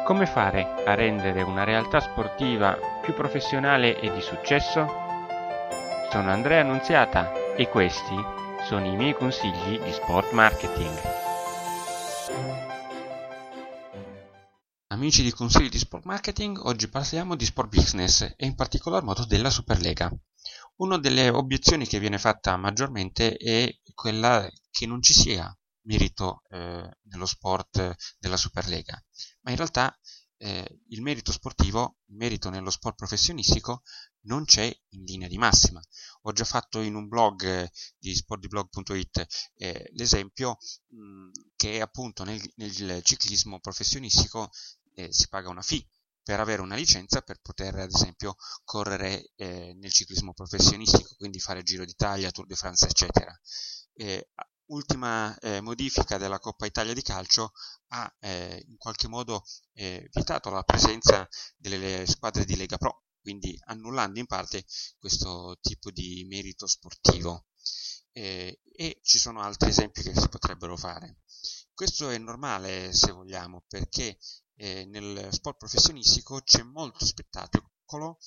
Come fare a rendere una realtà sportiva più professionale e di successo? Sono Andrea Annunziata e questi sono i miei consigli di sport marketing. Amici di Consigli di Sport Marketing, oggi parliamo di sport business e in particolar modo della Superlega. Una delle obiezioni che viene fatta maggiormente è quella che non ci sia merito nello sport della Superlega, ma in realtà il merito sportivo, il merito nello sport professionistico non c'è in linea di massima. Ho già fatto in un blog di sportdiblog.it l'esempio che appunto nel ciclismo professionistico si paga una fee per avere una licenza per poter ad esempio correre nel ciclismo professionistico, quindi fare Giro d'Italia, Tour de France eccetera. Ultima modifica della Coppa Italia di calcio ha in qualche modo vietato la presenza delle squadre di Lega Pro, quindi annullando in parte questo tipo di merito sportivo. E ci sono altri esempi che si potrebbero fare. Questo è normale, se vogliamo, perché nel sport professionistico c'è molto spettacolo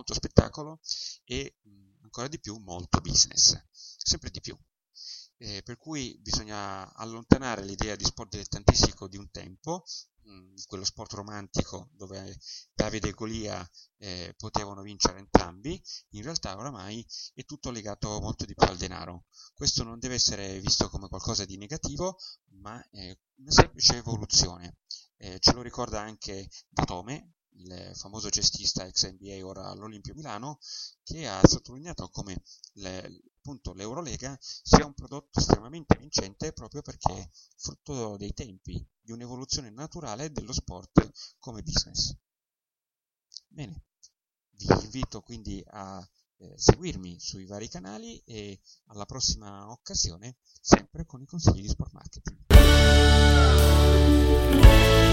e ancora di più molto business, sempre di più. Per cui bisogna allontanare l'idea di sport dilettantistico di un tempo, quello sport romantico dove Davide e Golia potevano vincere entrambi. In realtà oramai è tutto legato molto di più al denaro. Questo non deve essere visto come qualcosa di negativo, ma è una semplice evoluzione. Ce lo ricorda anche Datome, il famoso cestista ex NBA ora all'Olimpio Milano, che ha sottolineato come appunto l'Eurolega sia un prodotto estremamente vincente proprio perché è frutto dei tempi, di un'evoluzione naturale dello sport come business. Bene, vi invito quindi a seguirmi sui vari canali e alla prossima occasione, sempre con i consigli di sport marketing.